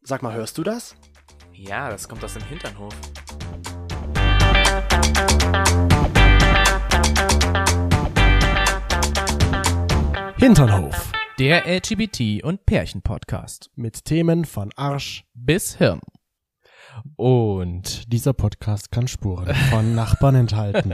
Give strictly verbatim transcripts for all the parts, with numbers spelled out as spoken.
Sag mal, hörst du das? Ja, das kommt aus dem Hinternhof. Hinternhof. Der L G B T- und Pärchen-Podcast. Mit Themen von Arsch bis Hirn. Und dieser Podcast kann Spuren von Nachbarn enthalten.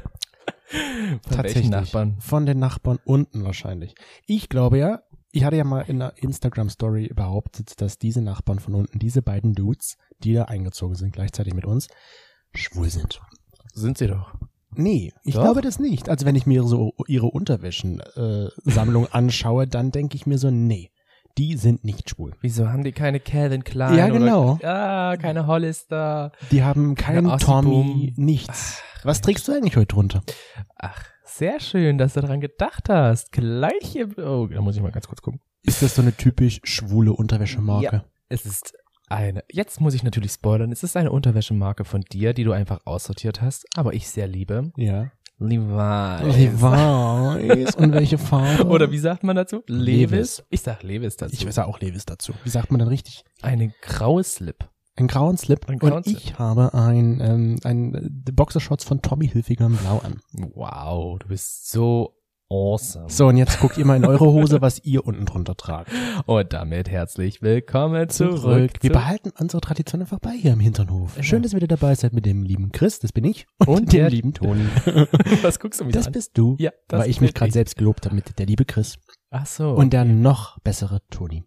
Von welchen Nachbarn? Von den Nachbarn unten wahrscheinlich. Ich glaube ja, ich hatte ja mal in einer Instagram-Story behauptet, dass diese Nachbarn von unten, diese beiden Dudes, die da eingezogen sind, gleichzeitig mit uns, schwul sind. Sind sie doch. Nee, ich Doch? glaube das nicht. Also wenn ich mir so ihre Unterwäschensammlung anschaue, dann denke ich mir so, nee, die sind nicht schwul. Wieso haben die keine Calvin Klein? Ja, genau. Oder, ah, keine Hollister. Die haben keinen Keine Tommy, Ossi-Boom. nichts. Ach, Was trägst du eigentlich heute drunter? Ach, sehr schön, dass du daran gedacht hast. Gleiche. Oh, da muss ich mal ganz kurz gucken. Ist das so eine typisch schwule Unterwäschemarke? Ja. Es ist eine, jetzt muss ich natürlich spoilern, es ist eine Unterwäschemarke von dir, die du einfach aussortiert hast, aber ich sehr liebe. Ja. Levi's. Levi's. Und welche Farbe? Oder wie sagt man dazu? Levi's. Levi's. Ich sag Levi's dazu. Ich weiß auch Levi's dazu. Wie sagt man dann richtig? Eine graue Slip. Einen grauen Slip. Einen grauen Und Slip. ich habe ein, ähm, ein Boxershorts von Tommy Hilfiger im Blau an. Wow, du bist so awesome. So, und jetzt guckt ihr mal in eure Hose, was ihr unten drunter tragt. Und damit herzlich willkommen zurück. Wir zu- behalten unsere Tradition einfach bei hier im Hinternhof. Ja. Schön, dass ihr wieder dabei seid mit dem lieben Chris, das bin ich, und, Und dem der- lieben Toni. Was guckst du mich Das an? bist du, Ja, das weil ich mich bin gerade ich. selbst gelobt habe mit der liebe Chris Ach so. und der noch bessere Toni.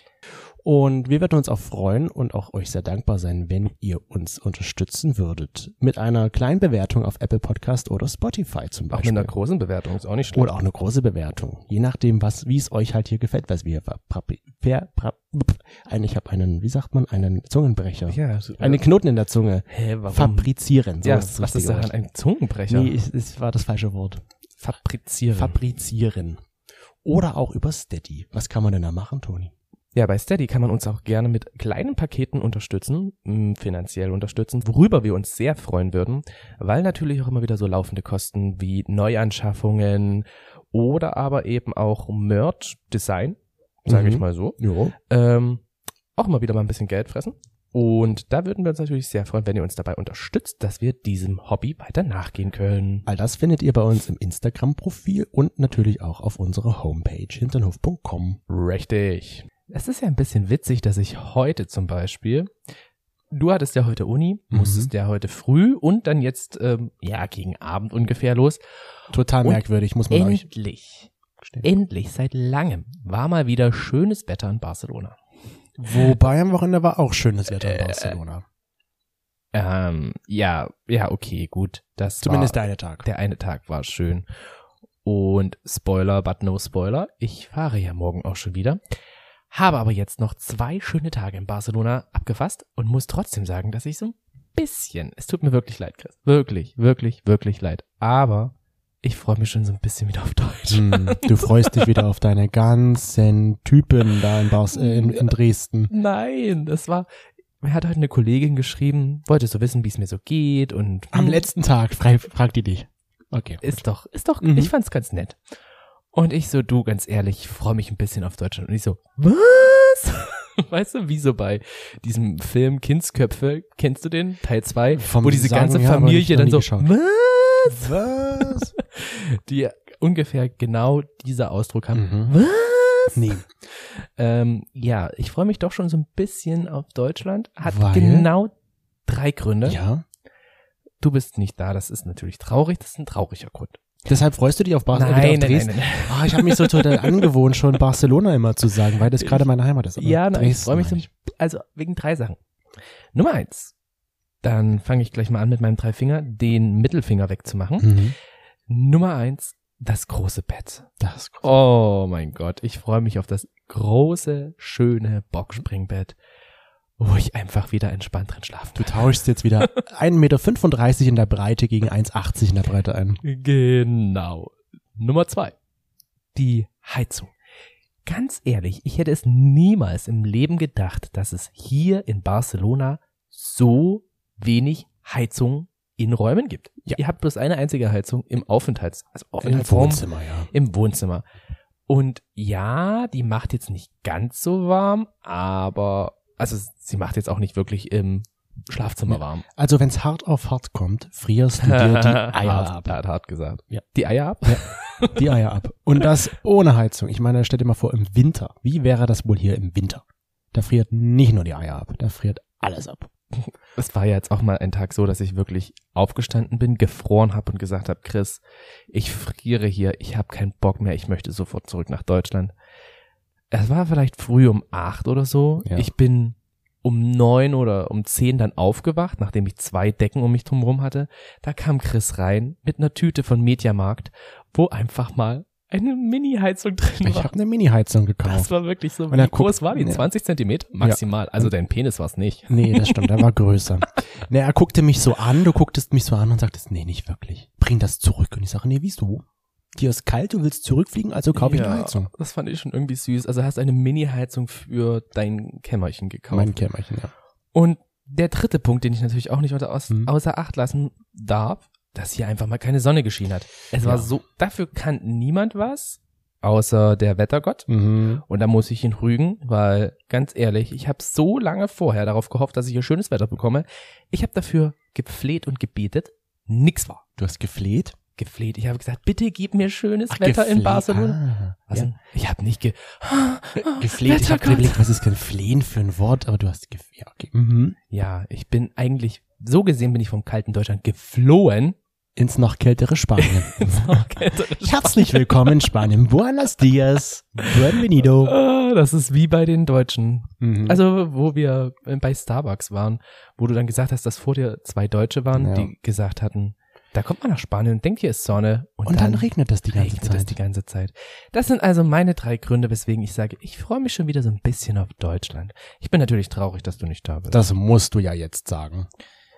Und wir würden uns auch freuen und auch euch sehr dankbar sein, wenn ihr uns unterstützen würdet. Mit einer kleinen Bewertung auf Apple Podcast oder Spotify zum auch mit Beispiel. einer großen Bewertung ist auch nicht schlecht. Oder auch eine große Bewertung. Je nachdem, was, wie es euch halt hier gefällt, was wir ver, ver, ver, eigentlich habe einen, wie sagt man, einen Zungenbrecher. Ja, so, Eine Knoten in der Zunge. Hä, warum? Fabrizieren. So ja, ist das was ist richtige daran Wort. ein Zungenbrecher? Nee, es, es war das falsche Wort. Fabrizieren. Fabrizieren. Oder auch über Steady. Was kann man denn da machen, Toni? Ja, bei Steady kann man uns auch gerne mit kleinen Paketen unterstützen, mh, finanziell unterstützen, worüber wir uns sehr freuen würden, weil natürlich auch immer wieder so laufende Kosten wie Neuanschaffungen oder aber eben auch Merch, Design, sage Mhm. ich mal so, Jo. ähm, auch immer wieder mal ein bisschen Geld fressen. Und da würden wir uns natürlich sehr freuen, wenn ihr uns dabei unterstützt, dass wir diesem Hobby weiter nachgehen können. All das findet ihr bei uns im Instagram-Profil und natürlich auch auf unserer Homepage hinternhof punkt com. Richtig. Es ist ja ein bisschen witzig, dass ich heute zum Beispiel, du hattest ja heute Uni, Mhm. musstest ja heute früh und dann jetzt, ähm, ja, gegen Abend ungefähr los. Total Und merkwürdig, muss man euch Endlich, gestehen. endlich, seit langem war mal wieder schönes Wetter in Barcelona. Wobei am Wochenende war auch schönes Wetter in Äh, Barcelona. Ähm, ja, ja, okay, gut. Das Zumindest war, der eine Tag. der eine Tag war schön. Und Spoiler, but no Spoiler, ich fahre ja morgen auch schon wieder. Habe aber jetzt noch zwei schöne Tage in Barcelona abgefasst und muss trotzdem sagen, dass ich so ein bisschen, es tut mir wirklich leid, Chris, wirklich, wirklich, wirklich leid, aber ich freue mich schon so ein bisschen wieder auf Deutsch. Hm, du freust dich wieder auf deine ganzen Typen da in, Bars, äh, in, in Dresden. Nein, das war, mir hat heute eine Kollegin geschrieben, wollte so wissen, wie es mir so geht und Am letzten Tag frei, fragt die dich. Okay. ist doch, ist doch, Mhm. ich fand's ganz nett. Und ich so, du, ganz ehrlich, ich freue mich ein bisschen auf Deutschland. Und ich so, was? Weißt du, wie so bei diesem Film Kindsköpfe, kennst du den? Teil zwei, Vom wo diese Sagen ganze her, aber ich Familie noch dann nie so, geschaut. was? Was? Die ungefähr genau dieser Ausdruck haben. Mhm. Was? Nee. Ähm, ja, ich freue mich doch schon so ein bisschen auf Deutschland. Hat Weil? genau drei Gründe. Ja. Du bist nicht da, das ist natürlich traurig, das ist ein trauriger Grund. Deshalb freust du dich auf Barcelona? Nein, auf nein, Dresden? nein, nein. Ah, ich habe mich so total angewohnt, schon Barcelona immer zu sagen, weil das gerade meine Heimat ist. Aber Ja, nein, ich Dresden freue mich so, meine ich. also wegen drei Sachen. Nummer eins, dann fange ich gleich mal an mit meinem Dreifinger, den Mittelfinger wegzumachen. Mhm. Nummer eins, das große Bett. Das ist gut. Oh mein Gott, ich freue mich auf das große, schöne Boxspringbett, wo ich einfach wieder entspannt drin schlafen Du kann. tauschst jetzt wieder ein Meter fünfunddreißig in der Breite gegen eins achtzig in der Breite ein. Genau. Nummer zwei, die Heizung. Ganz ehrlich, ich hätte es niemals im Leben gedacht, dass es hier in Barcelona so wenig Heizung in Räumen gibt. Ja. Ihr habt bloß eine einzige Heizung im Aufenthalts, also Im Aufenthaltsraum, Wohnzimmer, ja. im Wohnzimmer. Und ja, die macht jetzt nicht ganz so warm, aber also sie macht jetzt auch nicht wirklich im Schlafzimmer Ja. warm. Also wenn's hart auf hart kommt, frierst du dir die Eier hart, ab. Hart, hart gesagt. Ja. Die Eier ab? Ja. Die Eier ab. Und das ohne Heizung. Ich meine, stell dir mal vor, im Winter. Wie wäre das wohl hier im Winter? Da friert nicht nur die Eier ab, da friert alles ab. Es war ja jetzt auch mal ein Tag so, dass ich wirklich aufgestanden bin, gefroren habe und gesagt habe, Chris, ich friere hier, ich habe keinen Bock mehr, ich möchte sofort zurück nach Deutschland. Es war vielleicht früh um acht oder so. Ja. Ich bin um neun oder um zehn dann aufgewacht, nachdem ich zwei Decken um mich drumherum hatte. Da kam Chris rein mit einer Tüte von Mediamarkt, wo einfach mal eine Mini-Heizung drin Ich war. habe eine Mini-Heizung gekauft. Das war wirklich so, Und er wie groß guckt- war die? ja. zwanzig Zentimeter? Maximal. Also dein Penis war es nicht. Nee, das stimmt, der war größer. Nee, er guckte mich so an, du gucktest mich so an und sagtest, nee, nicht wirklich. Bring das zurück. Und ich sage, nee, wieso? Dir ist kalt, du willst zurückfliegen, also kaufe ich eine Heizung. Das fand ich schon irgendwie süß. Also hast eine Mini-Heizung für dein Kämmerchen gekauft. Mein Kämmerchen, ja. Und der dritte Punkt, den ich natürlich auch nicht unter, aus, Hm. außer Acht lassen darf, dass hier einfach mal keine Sonne geschienen hat. Es war Ja. so, dafür kann niemand was, außer der Wettergott. Mhm. Und da muss ich ihn rügen, weil ganz ehrlich, ich habe so lange vorher darauf gehofft, dass ich hier schönes Wetter bekomme. Ich habe dafür gefleht und gebetet. Nix war. Du hast gefleht? Gefleht. Ich habe gesagt, bitte gib mir schönes Ach, Wetter in gefleht. Barcelona. Ah, Also, ja. ich habe nicht ge Gefleht, ich habe Wettergott. überlegt, was ist denn Flehen für ein Wort, aber du hast gef ja, okay. Mhm. Ja, ich bin eigentlich, so gesehen bin ich vom kalten Deutschland geflohen. Ins noch kältere Spanien. Kältere Herzlich willkommen in Spanien. Buenos dias. Bienvenido. Ah, das ist wie bei den Deutschen. Mhm. Also, wo wir äh, bei Starbucks waren, wo du dann gesagt hast, dass vor dir zwei Deutsche waren, Ja. die gesagt hatten, da kommt man nach Spanien und denkt, hier ist Sonne. Und, und dann, regnet das die ganze regnet Zeit. es die ganze Zeit. Das sind also meine drei Gründe, weswegen ich sage, ich freue mich schon wieder so ein bisschen auf Deutschland. Ich bin natürlich traurig, dass du nicht da bist. Das musst du ja jetzt sagen.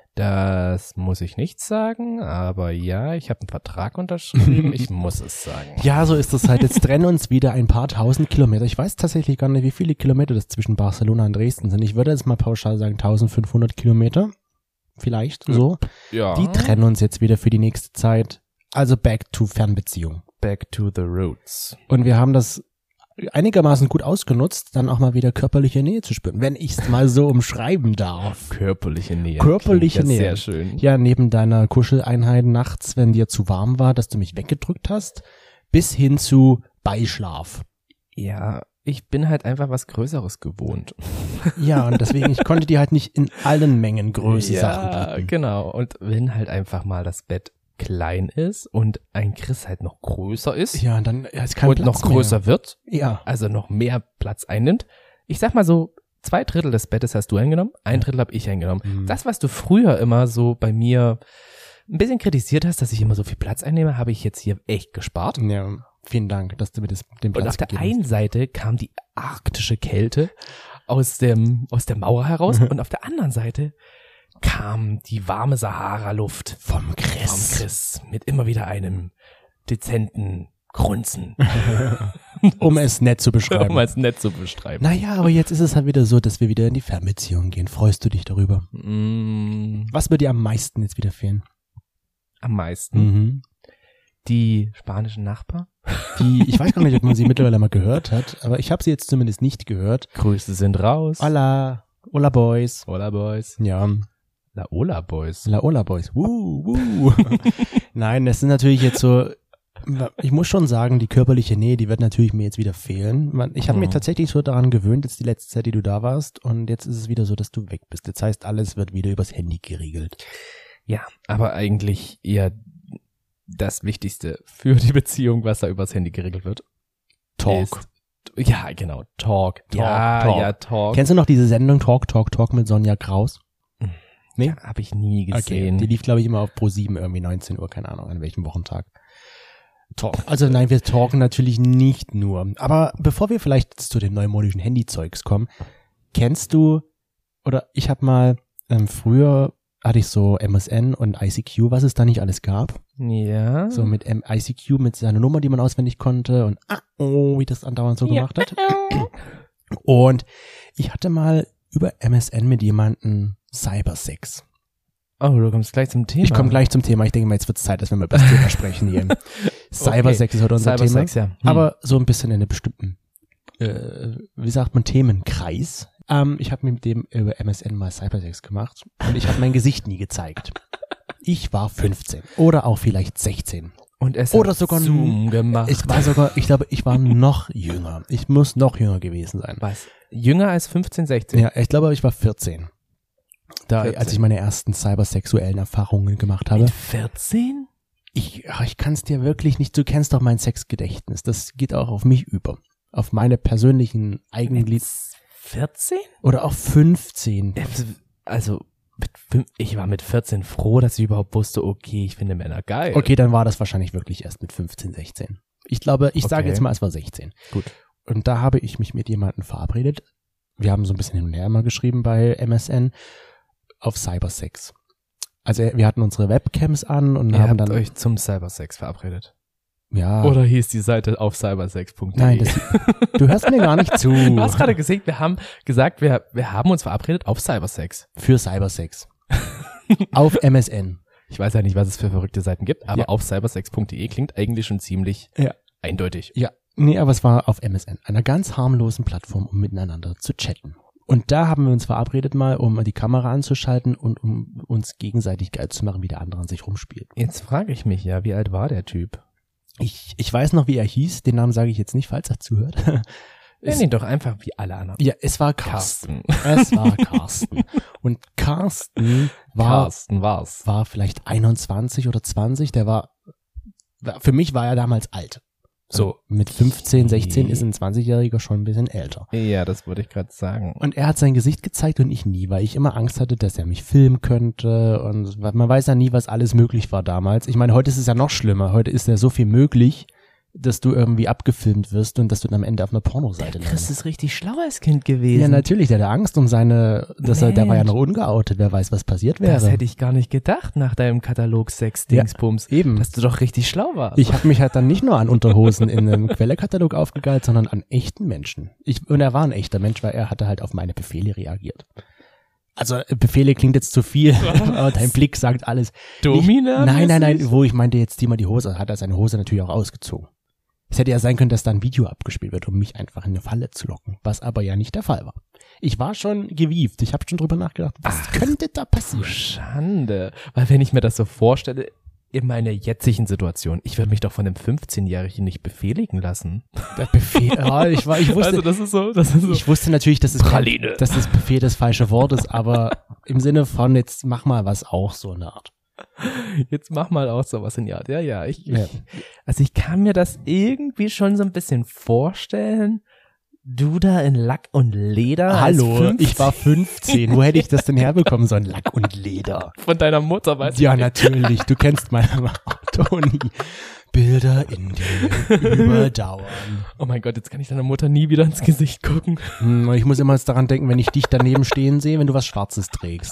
Das muss ich nicht sagen, aber ja, ich habe einen Vertrag unterschrieben, ich muss es sagen. Ja, so ist es halt. Jetzt trennen uns wieder ein paar tausend Kilometer. Ich weiß tatsächlich gar nicht, wie viele Kilometer das zwischen Barcelona und Dresden sind. Ich würde jetzt mal pauschal sagen eintausendfünfhundert Kilometer. Vielleicht so. Ja. Die trennen uns jetzt wieder für die nächste Zeit. Also back to Fernbeziehung. Back to the roots. Und wir haben das einigermaßen gut ausgenutzt, dann auch mal wieder körperliche Nähe zu spüren, wenn ich es mal so umschreiben darf. Körperliche Nähe. Körperliche Klingt ja Nähe. Sehr schön. Ja, neben deiner Kuscheleinheit nachts, wenn dir zu warm war, dass du mich weggedrückt hast, bis hin zu Beischlaf. Ja, ich bin halt einfach was Größeres gewohnt. Ja, und deswegen, ich konnte dir halt nicht in allen Mengen Größe Sachen Ja, bieten. genau. Und wenn halt einfach mal das Bett klein ist und ein Chris halt noch größer ist Ja, und dann ja, ist kein und Platz noch größer wird, mehr. Ja. also noch mehr Platz einnimmt. Ich sag mal so, zwei Drittel des Bettes hast du eingenommen, ein Drittel habe ich eingenommen. Mhm. Das, was du früher immer so bei mir ein bisschen kritisiert hast, dass ich immer so viel Platz einnehme, habe ich jetzt hier echt gespart. Ja, vielen Dank, dass du mir das, den Platz Und auf der gegeben einen Seite kam die arktische Kälte aus dem aus der Mauer heraus und auf der anderen Seite kam die warme Sahara-Luft hast. Vom vom Chris. Chris mit immer wieder einem dezenten Grunzen, Um es nett zu beschreiben. um es nett zu beschreiben. Naja, aber jetzt ist es halt wieder so, dass wir wieder in die Fernbeziehung gehen. Freust du dich darüber? Mm, Was wird dir am meisten jetzt wieder fehlen? am meisten Mhm. die spanischen Nachbarn. Die, ich weiß gar nicht, ob man sie mittlerweile mal gehört hat, aber ich habe sie jetzt zumindest nicht gehört. Grüße sind raus. Hola, hola Boys. Hola Boys. Ja, La Hola Boys. la hola Boys. Woo, woo. Nein, das sind natürlich jetzt so, ich muss schon sagen, die körperliche Nähe, die wird natürlich mir jetzt wieder fehlen. Man, ich habe Mhm. mich tatsächlich so daran gewöhnt, jetzt die letzte Zeit, die du da warst, und jetzt ist es wieder so, dass du weg bist. Das heißt, alles wird wieder übers Handy geregelt. Ja, aber eigentlich eher das Wichtigste für die Beziehung, was da übers Handy geregelt wird. Talk. Ist, ja, genau. Talk. Talk, ja, Talk. ja, Talk. Kennst du noch diese Sendung Talk, Talk, Talk mit Sonja Kraus? Nee? Ja, habe ich nie Okay, gesehen. die lief, glaube ich, immer auf Pro sieben irgendwie neunzehn Uhr, keine Ahnung, an welchem Wochentag. Talk. Also nein, wir talken natürlich nicht nur. Aber bevor wir vielleicht jetzt zu den neumodischen Handyzeugs kommen, kennst du, oder ich habe mal, ähm, früher hatte ich so M S N und I C Q, was es da nicht alles gab. Ja. So mit ähm, I C Q, mit seiner Nummer, die man auswendig konnte und ah, oh, wie das andauernd so Ja. gemacht hat. Und ich hatte mal über M S N mit jemandem Cybersex. Oh, du kommst gleich zum Thema. Ich komme gleich zum Thema. Ich denke mal, jetzt wird es Zeit, dass wir mal über das Thema sprechen hier. Cybersex ist heute unser Cybersex, Thema. ja. Hm. Aber so ein bisschen in einem bestimmten, äh, wie sagt man, Themenkreis. Ähm, ich habe mir mit dem über M S N mal Cybersex gemacht und ich habe mein Gesicht nie gezeigt. Ich war fünfzehn oder auch vielleicht sechzehn. Und es Oder hat sogar Zoom gemacht. Ich war sogar, ich glaube, ich war noch jünger. Ich muss noch jünger gewesen sein. Was? Jünger als fünfzehn, sechzehn? Ja, ich glaube, ich war vierzehn. Da, vierzehn. Als ich meine ersten cybersexuellen Erfahrungen gemacht habe. Mit vierzehn? Ich, ach, ich kann es dir wirklich nicht, du kennst doch mein Sexgedächtnis. Das geht auch auf mich über. Auf meine persönlichen Eigenglied. vierzehn? Oder auch fünfzehn. Also, mit fünf, ich war mit vierzehn froh, dass ich überhaupt wusste, okay, ich finde Männer geil. Okay, dann war das wahrscheinlich wirklich erst mit fünfzehn, sechzehn. Ich glaube, ich Okay. sage jetzt mal, es war sechzehn. Gut. Und da habe ich mich mit jemandem verabredet. Wir haben so ein bisschen hin und her mal geschrieben bei M S N auf Cybersex. Also wir hatten unsere Webcams an und Ihr haben habt dann euch zum Cybersex verabredet. ja. Oder hieß die Seite auf cybersex punkt de? Nein, das, du hörst mir gar nicht zu. Du hast gerade gesagt, wir haben gesagt, wir, wir haben uns verabredet auf Cybersex. Für Cybersex. Auf M S N. Ich weiß ja nicht, was es für verrückte Seiten gibt, aber Ja. auf cybersex punkt de klingt eigentlich schon ziemlich Ja. eindeutig. Ja, nee, aber es war auf M S N, einer ganz harmlosen Plattform, um miteinander zu chatten. Und da haben wir uns verabredet mal, um die Kamera anzuschalten und um uns gegenseitig geil zu machen, wie der andere an sich rumspielt. Jetzt frage ich mich ja, wie alt war der Typ? Ich, ich weiß noch, wie er hieß, den Namen sage ich jetzt nicht, falls er zuhört. Nenn ihn doch einfach wie alle anderen. Ja, es war Carsten. Carsten. Es war Carsten. Und Carsten war, Carsten war's. war vielleicht einundzwanzig oder zwanzig, der war, für mich war er damals alt. So. Mit fünfzehn, sechzehn ist ein zwanzigjähriger schon ein bisschen älter. Ja, das wollte ich gerade sagen. Und er hat sein Gesicht gezeigt und ich nie, weil ich immer Angst hatte, dass er mich filmen könnte und man weiß ja nie, was alles möglich war damals. Ich meine, heute ist es ja noch schlimmer. Heute ist ja so viel möglich, dass du irgendwie abgefilmt wirst und dass du dann am Ende auf einer Pornoseite Chris landest. ist richtig schlau als Kind gewesen. Ja, natürlich, der hatte Angst um seine, dass er, der war ja noch ungeoutet, wer weiß, was passiert wäre. Das hätte ich gar nicht gedacht nach deinem Katalog Sex-Dingsbums. Ja, eben. Dass du doch richtig schlau warst. Ich habe mich halt dann nicht nur an Unterhosen in einem Quellekatalog aufgegeilt, sondern an echten Menschen. Ich, und er war ein echter Mensch, weil er hatte halt auf meine Befehle reagiert. Also Befehle klingt jetzt zu viel, aber dein Blick sagt alles. Domina? Ich, nein, nein, nein, wo ich meinte, jetzt zieh mal die Hose, hat er seine Hose natürlich auch ausgezogen. Es hätte ja sein können, dass da ein Video abgespielt wird, um mich einfach in eine Falle zu locken, was aber ja nicht der Fall war. Ich war schon gewieft, ich habe schon drüber nachgedacht, was Ach, könnte da Du passieren? Schande. Weil wenn ich mir das so vorstelle, in meiner jetzigen Situation, ich würde mich doch von einem fünfzehnjährigen nicht befehligen lassen. Der Befehl, ja, ich war, ich wusste, Also das ist so, das ist so. ich wusste natürlich, dass es Praline. dass das Befehl das falsche Wort ist, aber im Sinne von jetzt mach mal was auch so eine Art. Jetzt mach mal auch sowas in die Art. Ja, ja. Ich, Ja. ich, also ich kann mir das irgendwie schon so ein bisschen vorstellen. Du da in Lack und Leder. als Hallo, fünfzehn ich war fünfzehn. Wo hätte ich das denn herbekommen sollen? Lack und Leder. Von deiner Mutter, weißt Ja, du? natürlich. Du kennst meine Toni. Bilder in dir überdauern. Oh mein Gott, jetzt kann ich deiner Mutter nie wieder ins Gesicht gucken. Hm, Ich muss immer jetzt daran denken, wenn ich dich daneben stehen sehe, wenn du was Schwarzes trägst.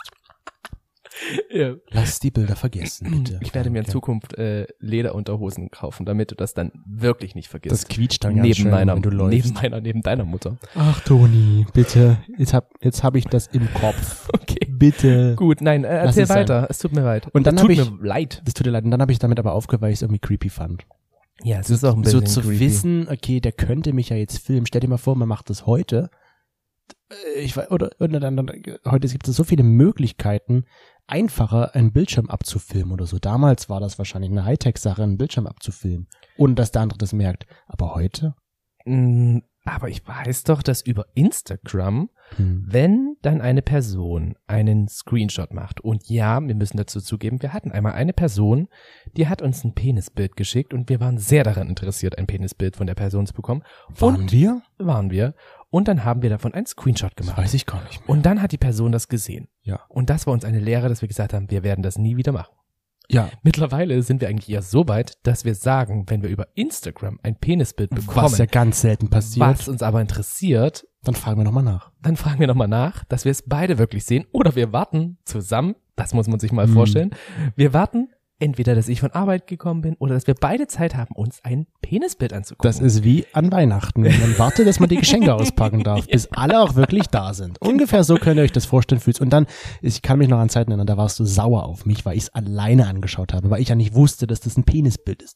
Ja. Lass die Bilder vergessen, bitte. Ich werde mir in Danke. Zukunft äh, Lederunterhosen kaufen, damit du das dann wirklich nicht vergisst. Das quietscht dann ganz neben schön, meiner, wenn du läufst. neben meiner, neben deiner Mutter. Ach, Toni, bitte. Jetzt hab, jetzt hab ich das im Kopf. Okay. Bitte. Gut, nein, äh, Lass erzähl es sein. weiter. Es tut mir leid. Und dann es hab tut ich- mir leid. Das tut dir leid. Und dann habe ich damit aber aufgehört, weil ich es irgendwie creepy fand. Ja, es ist auch ein So bisschen zu creepy. wissen, okay, der könnte mich ja jetzt filmen. Stell dir mal vor, man macht das heute. Äh, Ich weiß, oder, oder dann, dann, heute gibt es so viele Möglichkeiten, einfacher einen Bildschirm abzufilmen oder so. Damals war das wahrscheinlich eine Hightech-Sache, einen Bildschirm abzufilmen, ohne dass der andere das merkt. Aber heute? Mm, Aber ich weiß doch, dass über Instagram, Hm. wenn dann eine Person einen Screenshot macht, und ja, wir müssen dazu zugeben, wir hatten einmal eine Person, die hat uns ein Penisbild geschickt und wir waren sehr daran interessiert, ein Penisbild von der Person zu bekommen. Waren und wir? waren wir. Und dann haben wir davon einen Screenshot Das gemacht. weiß ich gar nicht mehr. Und dann hat die Person das gesehen. Ja. Und das war uns eine Lehre, dass wir gesagt haben, wir werden das nie wieder machen. Ja. Mittlerweile sind wir eigentlich eher so weit, dass wir sagen, wenn wir über Instagram ein Penisbild bekommen, Was ja ganz selten passiert, was uns aber interessiert, dann fragen wir nochmal nach. dann fragen wir nochmal nach, dass wir es beide wirklich sehen, oder wir warten zusammen, das muss man sich mal Mhm. vorstellen, wir warten entweder, dass ich von Arbeit gekommen bin oder dass wir beide Zeit haben, uns ein Penisbild anzugucken. Das ist wie an Weihnachten. Man wartet, dass man die Geschenke auspacken darf, bis alle auch wirklich da sind. Ungefähr so könnt ihr euch das vorstellen. Fühlst. Und dann, ich kann mich noch an Zeiten erinnern, da warst du sauer auf mich, weil ich es alleine angeschaut habe, weil ich ja nicht wusste, dass das ein Penisbild ist.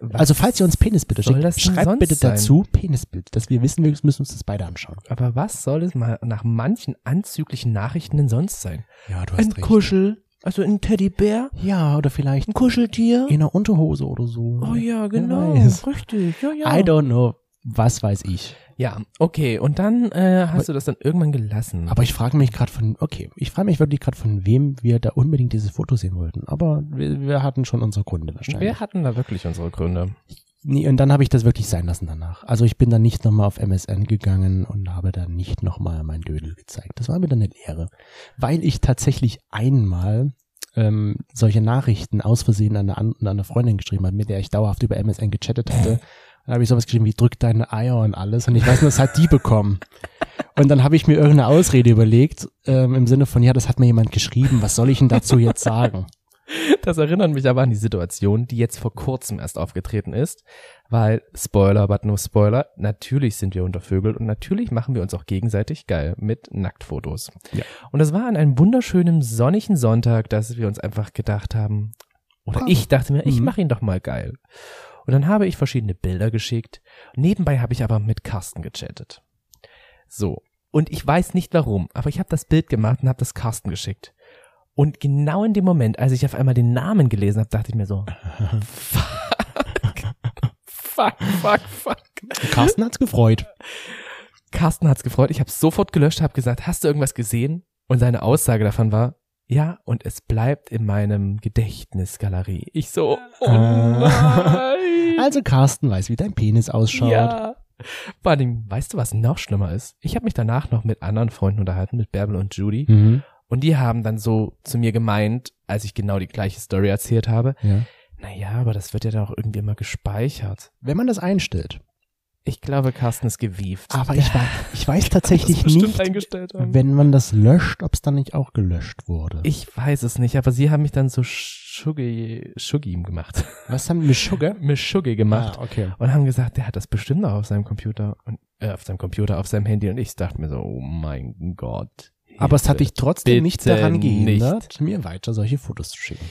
Was Also falls ihr uns Penisbilder soll schickt, das denn schreibt sonst bitte sein? dazu Penisbild, dass wir wissen, wir müssen uns das beide anschauen. Aber was soll es mal nach manchen anzüglichen Nachrichten denn sonst sein? Ja, du Ein Kuschel, also ein Teddybär, Ja, oder vielleicht ein Kuscheltier. in einer Unterhose oder so. Oh ja, Wer genau, weiß. richtig, ja, ja. I don't know. Was weiß ich. Ja, okay, und dann äh, hast du das dann irgendwann gelassen. Aber ich frage mich gerade von, okay, ich frage mich wirklich gerade von wem wir da unbedingt dieses Foto sehen wollten. Aber wir, wir hatten schon unsere Gründe wahrscheinlich. Wir hatten da wirklich unsere Gründe. Nee, und dann habe ich das wirklich sein lassen danach. Also ich bin dann nicht nochmal auf M S N gegangen und habe dann nicht nochmal mein Dödel gezeigt. Das war mir dann eine Lehre. Weil ich tatsächlich einmal ähm, solche Nachrichten aus Versehen an eine, an eine Freundin geschrieben habe, mit der ich dauerhaft über M S N gechattet hatte. Dann habe ich sowas geschrieben wie drück deine Eier und alles. Und ich weiß nur, das hat die bekommen. Und dann habe ich mir irgendeine Ausrede überlegt, ähm, im Sinne von, ja, das hat mir jemand geschrieben. Was soll ich denn dazu jetzt sagen? Das erinnert mich aber an die Situation, die jetzt vor kurzem erst aufgetreten ist, weil, Spoiler, but no Spoiler, natürlich sind wir untervögelt und natürlich machen wir uns auch gegenseitig geil mit Nacktfotos. Ja. Und das war an einem wunderschönen sonnigen Sonntag, dass wir uns einfach gedacht haben, oder Komm. ich dachte mir, ich Mhm. mache ihn doch mal geil. Und dann habe ich verschiedene Bilder geschickt. Nebenbei habe ich aber mit Carsten gechattet. So. Und ich weiß nicht warum, aber ich habe das Bild gemacht und habe das Carsten geschickt. Und genau in dem Moment, als ich auf einmal den Namen gelesen habe, dachte ich mir so, fuck, fuck, fuck, fuck. Carsten hat's gefreut. Carsten hat's gefreut. Ich habe sofort gelöscht, habe gesagt, hast du irgendwas gesehen? Und seine Aussage davon war, ja, und es bleibt in meinem Gedächtnisgalerie. Ich so, oh nein. Also Carsten weiß, wie dein Penis ausschaut. Ja. Vor allem, weißt du, was noch schlimmer ist? Ich habe mich danach noch mit anderen Freunden unterhalten, mit Bärbel und Judy. Mhm. Und die haben dann so zu mir gemeint, als ich genau die gleiche Story erzählt habe, Ja. naja, aber das wird ja dann auch irgendwie immer gespeichert. Wenn man das einstellt. Ich glaube, Carsten ist gewieft. Aber ich, wei- ich weiß tatsächlich bestimmt nicht, eingestellt haben. wenn man das löscht, ob es dann nicht auch gelöscht wurde. Ich weiß es nicht, aber sie haben mich dann so Shuggy, Shuggy gemacht. Was haben wir Sugar? Mit Shuggy gemacht. Ah, okay. Und haben gesagt, der hat das bestimmt auch auf seinem Computer und äh, auf seinem Computer, auf seinem Handy. Und ich dachte mir so, oh mein Gott. Aber es hat dich trotzdem nicht Bitte daran gehindert, nicht. mir weiter solche Fotos zu schicken.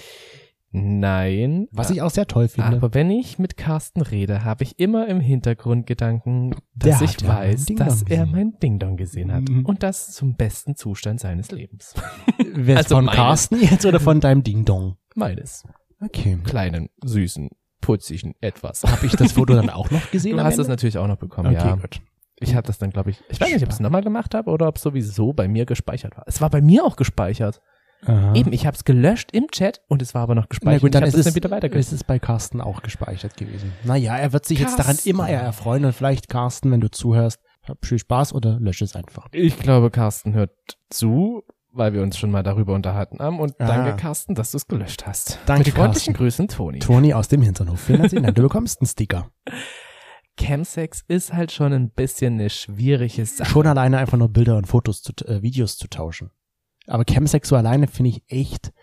Nein. Was ich auch sehr toll finde. Aber wenn ich mit Carsten rede, habe ich immer im Hintergrund Gedanken, Der dass hat ich ja mein weiß, Ding-Dong dass er gesehen. mein Ding-Dong gesehen hat. Mhm. Und das zum besten Zustand seines Lebens. Wer also von meines. Carsten jetzt oder von deinem Ding-Dong? Meines. Okay. Kleinen, süßen, putzigen etwas. Habe ich das Foto dann auch noch gesehen? Du am hast das Ende? natürlich auch noch bekommen, Okay, ja. gut. Ich habe das dann, glaube ich, ich weiß nicht, ob ich es nochmal gemacht habe oder ob es sowieso bei mir gespeichert war. Es war bei mir auch gespeichert. Aha. Eben, ich habe es gelöscht im Chat und es war aber noch Na gespeichert. gut, dann ich ist hab das es, dann wieder weitergelöscht. ist es bei Carsten auch gespeichert gewesen. Naja, er wird sich jetzt daran Carsten. immer eher erfreuen und vielleicht, Carsten, wenn du zuhörst, hab viel Spaß oder lösche es einfach. Ich glaube, Carsten hört zu, weil wir uns schon mal darüber unterhalten haben. Und Ah. danke, Carsten, dass du es gelöscht hast. Danke, Mit freundlichen Carsten. Grüßen, Toni. Toni aus dem Hinternhof. Vielen herzlichen Dank. Du bekommst einen Sticker. Chemsex ist halt schon ein bisschen eine schwierige Sache. Schon alleine einfach nur Bilder und Fotos, zu, äh, Videos zu tauschen. Aber Chemsex so alleine finde ich echt,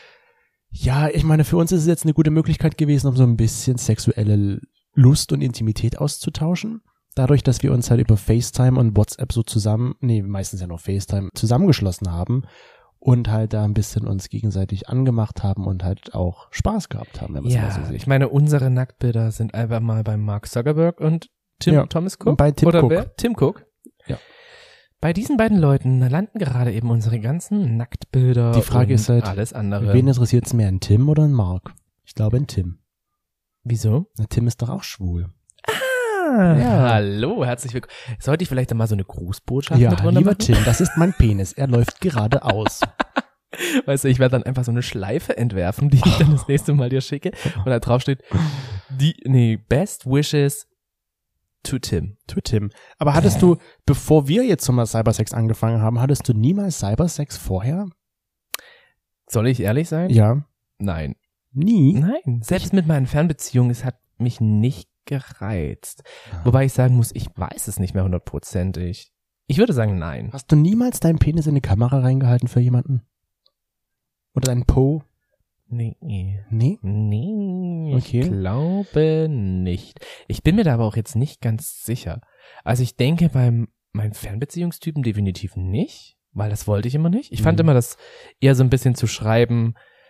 ja, ich meine, für uns ist es jetzt eine gute Möglichkeit gewesen, um so ein bisschen sexuelle Lust und Intimität auszutauschen. Dadurch, dass wir uns halt über FaceTime und WhatsApp so zusammen, nee, meistens ja noch FaceTime, zusammengeschlossen haben und halt da ein bisschen uns gegenseitig angemacht haben und halt auch Spaß gehabt haben, wenn man es mal so Ja, sieht. ich meine, unsere Nacktbilder sind einfach mal bei Mark Zuckerberg und Tim Ja, Thomas Cook. und bei Tim Oder Cook. wer? Tim Cook. Ja. Bei diesen beiden Leuten landen gerade eben unsere ganzen Nacktbilder Die Frage und ist halt, alles andere. Wen interessiert es mehr, ein Tim oder ein Mark? Ich glaube ein Tim. Wieso? Na, Tim ist doch auch schwul. Ah, Ja. hallo, herzlich willkommen. Sollte ich vielleicht einmal so eine Grußbotschaft Ja, mit drunter lieber machen? Tim, das ist mein Penis. Er läuft geradeaus. Weißt du, ich werde dann einfach so eine Schleife entwerfen, die ich dann das nächste Mal dir schicke. Und da drauf steht, die, nee, Best Wishes to Tim. To Tim. Aber hattest du, bevor wir jetzt schon mal Cybersex angefangen haben, hattest du niemals Cybersex vorher? Soll ich ehrlich sein? Ja. Nein. Nie? Nein. Selbst mit meinen Fernbeziehungen, es hat mich nicht gereizt. Wobei ich sagen muss, ich weiß es nicht mehr hundertprozentig. Ich würde sagen, nein. Hast du niemals deinen Penis in die Kamera reingehalten für jemanden? Oder deinen Po? Nee. Nee? Nee, Okay. ich glaube nicht. Ich bin mir da aber auch jetzt nicht ganz sicher. Also ich denke beim meinen Fernbeziehungstypen definitiv nicht, weil das wollte ich immer nicht. Ich fand Mhm. immer das eher so ein bisschen zu schreiben,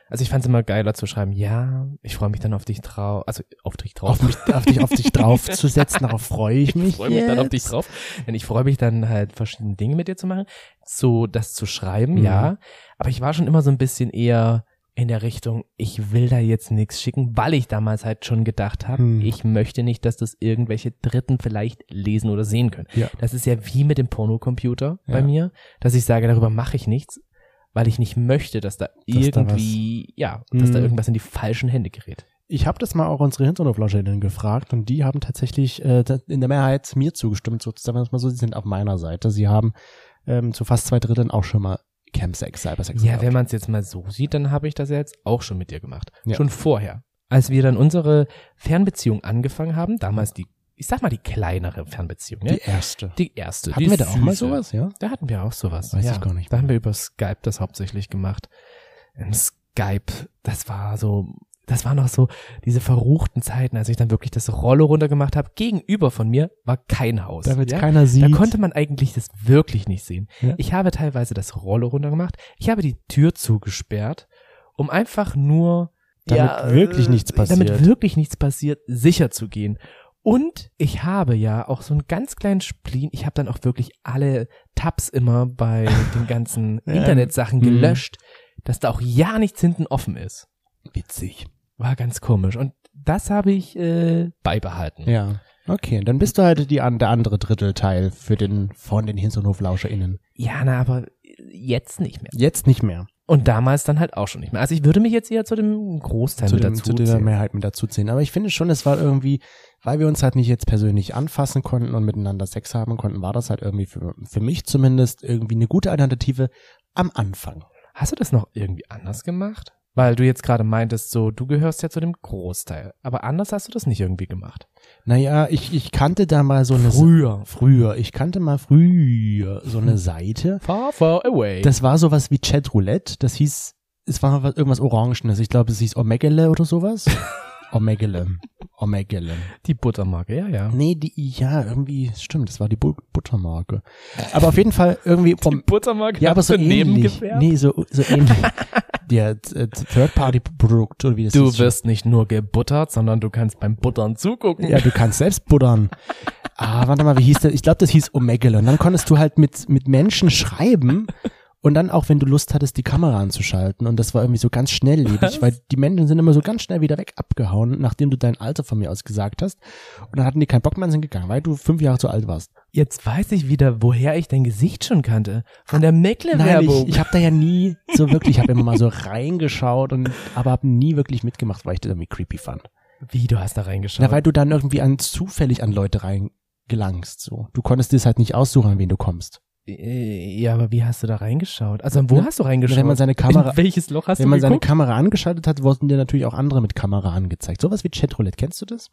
Also ich fand es immer geiler zu schreiben, ja, ich freue mich dann auf dich drauf, also auf dich drauf. Auf, mich, auf dich, auf dich drauf zu setzen, darauf freue ich mich. Ich freue mich dann auf dich drauf. Denn ich freue mich dann halt verschiedene Dinge mit dir zu machen, so das zu schreiben, Mhm. ja. Aber ich war schon immer so ein bisschen eher in der Richtung, ich will da jetzt nichts schicken, weil ich damals halt schon gedacht habe, Mhm. ich möchte nicht, dass das irgendwelche Dritten vielleicht lesen oder sehen können. Ja. Das ist ja wie mit dem Pornocomputer Ja. bei mir, dass ich sage, darüber mache ich nichts, weil ich nicht möchte, dass da Dass irgendwie, ja, dass da Mhm. irgendwas in die falschen Hände gerät. Ich habe das mal auch unsere HinternoflauscherInnen gefragt und die haben tatsächlich äh, in der Mehrheit mir zugestimmt, sozusagen, dass mal so, sie sind auf meiner Seite. Sie haben ähm, zu fast zwei Dritteln auch schon mal Chemsex, Cybersex Ja, gehabt. wenn man es jetzt mal so sieht, dann habe ich das ja jetzt auch schon mit dir gemacht. Ja. Schon vorher. Als wir dann unsere Fernbeziehung angefangen haben, damals die, ich sag mal die kleinere Fernbeziehung, ja? Die erste. Die erste. Hatten die wir da auch mal süße. sowas, ja? Da hatten wir auch sowas. Weiß ja. ich gar nicht Da mehr. haben wir über Skype das hauptsächlich gemacht. Und Skype, das war so, das waren noch so diese verruchten Zeiten, als ich dann wirklich das Rollo runtergemacht habe. Gegenüber von mir war kein Haus. Damit ja? keiner sieht. Da konnte man eigentlich das wirklich nicht sehen. Ja. Ich habe teilweise das Rollo runtergemacht. Ich habe die Tür zugesperrt, um einfach nur Damit wirklich äh, nichts passiert. Damit wirklich nichts passiert, sicher zu gehen. Und ich habe ja auch so einen ganz kleinen Spleen. Ich habe dann auch wirklich alle Tabs immer bei den ganzen Ja. Internetsachen Mhm. gelöscht, dass da auch ja nichts hinten offen ist. Witzig. War ganz komisch. Und das habe ich äh, beibehalten. Ja. Okay, dann bist du halt die, an- der andere Drittelteil für den, von den HinternoflauscherInnen. Ja, na, aber jetzt nicht mehr. Jetzt nicht mehr. Und damals dann halt auch schon nicht mehr. Also ich würde mich jetzt eher zu dem Großteil zu, mit dem, dazu zu der zählen. Mehrheit mit dazu zählen. Aber ich finde schon, es war irgendwie, weil wir uns halt nicht jetzt persönlich anfassen konnten und miteinander Sex haben konnten, war das halt irgendwie für, für mich zumindest irgendwie eine gute Alternative am Anfang. Hast du das noch irgendwie anders gemacht? Weil du jetzt gerade meintest, so, du gehörst ja zu dem Großteil. Aber anders hast du das nicht irgendwie gemacht. Naja, ich, ich kannte da mal so eine... Früher. Früher. Ich kannte mal früher so eine Seite. Far, far away. Das war sowas wie Chatroulette. Das hieß, es war was- irgendwas Orangenes. Ich glaube, es hieß Omegele oder sowas. Omegele. Omegele. die Buttermarke, ja, ja. Nee, die, ja, irgendwie, stimmt, das war die Bu- Buttermarke. Aber auf jeden Fall irgendwie vom, Buttermarke ja, aber so ähnlich. Nebengewerbe? Nee, so, so ähnlich. Der äh, Third-Party-Produkt, oder wie das Du ist. wirst nicht nur gebuttert, sondern du kannst beim Buttern zugucken. Ja, du kannst selbst buttern. Ah, warte mal, wie hieß das? Ich glaube, das hieß Omegele. Und dann konntest du halt mit, mit Menschen schreiben und dann auch, wenn du Lust hattest, die Kamera anzuschalten. Und das war irgendwie so ganz schnelllebig, Was? weil die Menschen sind immer so ganz schnell wieder weg abgehauen, nachdem du dein Alter von mir aus gesagt hast. Und dann hatten die keinen Bock mehr und sind gegangen, weil du fünf Jahre zu alt warst. Jetzt weiß ich wieder, woher ich dein Gesicht schon kannte. Von der Nein, Meckle-Werbung. ich, ich habe da ja nie so wirklich, ich habe immer mal so reingeschaut und aber habe nie wirklich mitgemacht, weil ich das irgendwie creepy fand. Wie, du hast da reingeschaut? Na, weil du dann irgendwie an zufällig an Leute reingelangst. So, du konntest dir das halt nicht aussuchen, an wen du kommst. Äh, ja, aber wie hast du da reingeschaut? Also wo Na, hast du reingeschaut? wenn man seine Kamera- In welches Loch hast Wenn du man seine geguckt? Kamera angeschaltet hat, wurden dir natürlich auch andere mit Kamera angezeigt. Sowas wie Chatroulette, kennst du das?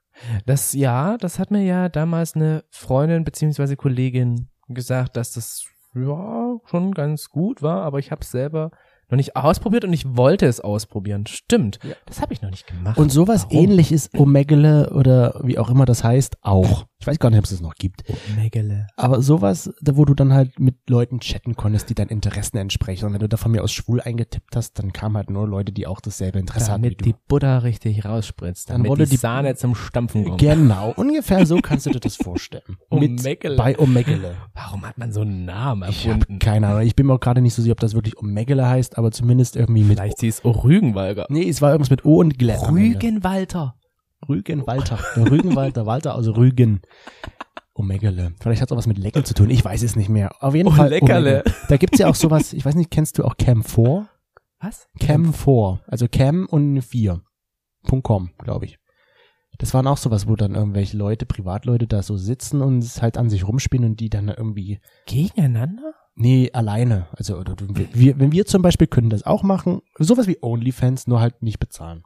Das, ja, das hat mir ja damals eine Freundin beziehungsweise Kollegin gesagt, dass das ja schon ganz gut war, aber ich habe es selber noch nicht ausprobiert und ich wollte es ausprobieren. Stimmt, Ja. das habe ich noch nicht gemacht. Und sowas Warum? ähnlich ist Omegele oder wie auch immer das heißt auch. Ich weiß gar nicht, ob es das noch gibt. Megele. Aber sowas, da wo du dann halt mit Leuten chatten konntest, die deinen Interessen entsprechen. Und wenn du da von mir aus schwul eingetippt hast, dann kamen halt nur Leute, die auch dasselbe Interesse hatten wie Damit du. die Butter richtig rausspritzt, Dann damit wurde die, die- Sahne zum Stampfen kommt. Genau, ungefähr so kannst du dir das vorstellen. Mit, Omegele. bei Omegele. Warum hat man so einen Namen Ich habe erfunden? keine Ahnung. Ich bin mir auch gerade nicht so sicher, ob das wirklich Omegele heißt, aber zumindest irgendwie mit... Vielleicht hieß es Rügenwalder. Nee, es war irgendwas mit O und Gle. am Ende. Rügenwalter. Rügenwalter. Der Rügenwalter, Walter aus Rügen. Omegele. Vielleicht hat es auch was mit Leckel zu tun. Ich weiß es nicht mehr. Auf jeden Oh, Fall. Leckerle. Omegele. Da gibt's ja auch sowas, ich weiß nicht, kennst du auch Cam vier? Was? Cam vier. Also Cam und vier. .com, glaube ich. Das waren auch sowas, wo dann irgendwelche Leute, Privatleute da so sitzen und es halt an sich rumspielen und die dann irgendwie, Gegeneinander? nee, alleine. Also, oder, du- wir, wenn wir zum Beispiel können das auch machen, sowas wie OnlyFans, nur halt nicht bezahlen.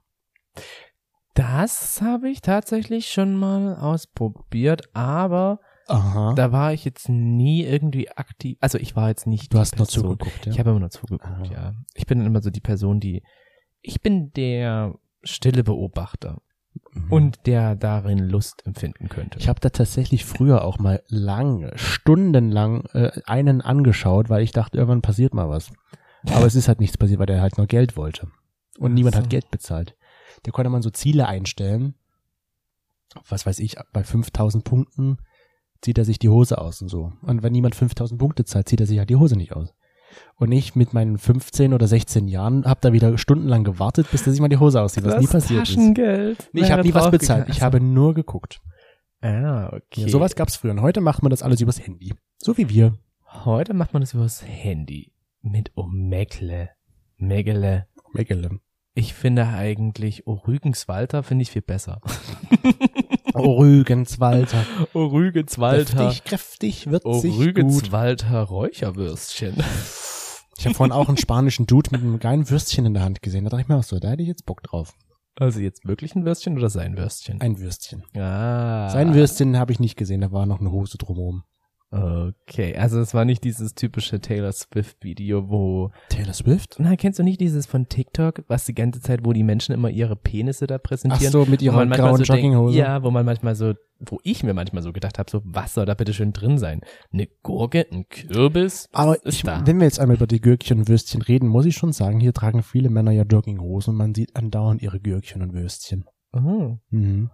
Das habe ich tatsächlich schon mal ausprobiert, aber Aha. da war ich jetzt nie irgendwie aktiv. Also ich war jetzt nicht Du die hast nur Person. zugeguckt, ja? Ich habe immer nur zugeguckt, Ah. ja. Ich bin dann immer so die Person, die, ich bin der stille Beobachter Mhm. und der darin Lust empfinden könnte. Ich habe da tatsächlich früher auch mal lange, stundenlang äh, einen angeschaut, weil ich dachte, irgendwann passiert mal was. Aber es ist halt nichts passiert, weil der halt nur Geld wollte. Und niemand so. hat Geld bezahlt. Da konnte man so Ziele einstellen. Was weiß ich, bei fünftausend Punkten zieht er sich die Hose aus und so. Und wenn niemand fünftausend Punkte zahlt, zieht er sich halt die Hose nicht aus. Und ich mit meinen fünfzehn oder sechzehn Jahren habe da wieder stundenlang gewartet, bis der sich mal die Hose auszieht, was das nie passiert Taschengeld. ist. Nee, ich habe nie was bezahlt, ich habe nur geguckt. Ah, okay. Ja, sowas gab's früher. Und heute macht man das alles übers Handy. So wie wir. Heute macht man das übers Handy. Mit Omegle. Megele. Megele. Ich finde eigentlich Orügenswalter finde ich viel besser. Rügenswalter. Orügenswalter. Kräftig, kräftig, würzig, gut. Orügenswalter Räucherwürstchen. Ich habe vorhin auch einen spanischen Dude mit einem geilen Würstchen in der Hand gesehen. Da dachte ich mir auch so, da hätte ich jetzt Bock drauf. Also jetzt wirklich ein Würstchen oder sein Würstchen? Ein Würstchen. Ah. Sein Würstchen habe ich nicht gesehen, da war noch eine Hose drumherum. Okay, also es war nicht dieses typische Taylor Swift-Video, wo... Taylor Swift? Nein, kennst du nicht dieses von TikTok, was die ganze Zeit, wo die Menschen immer ihre Penisse da präsentieren? Ach so, mit ihrer grauen so Jogginghose? Denkt, ja, wo man manchmal so, wo ich mir manchmal so gedacht habe, so, was soll da bitte schön drin sein? Eine Gurke, ein Kürbis? Aber ist ich, da? wenn wir jetzt einmal über die Gürkchen und Würstchen reden, muss ich schon sagen, hier tragen viele Männer ja Jogginghosen und man sieht andauernd ihre Gürkchen und Würstchen. Oh. Mhm.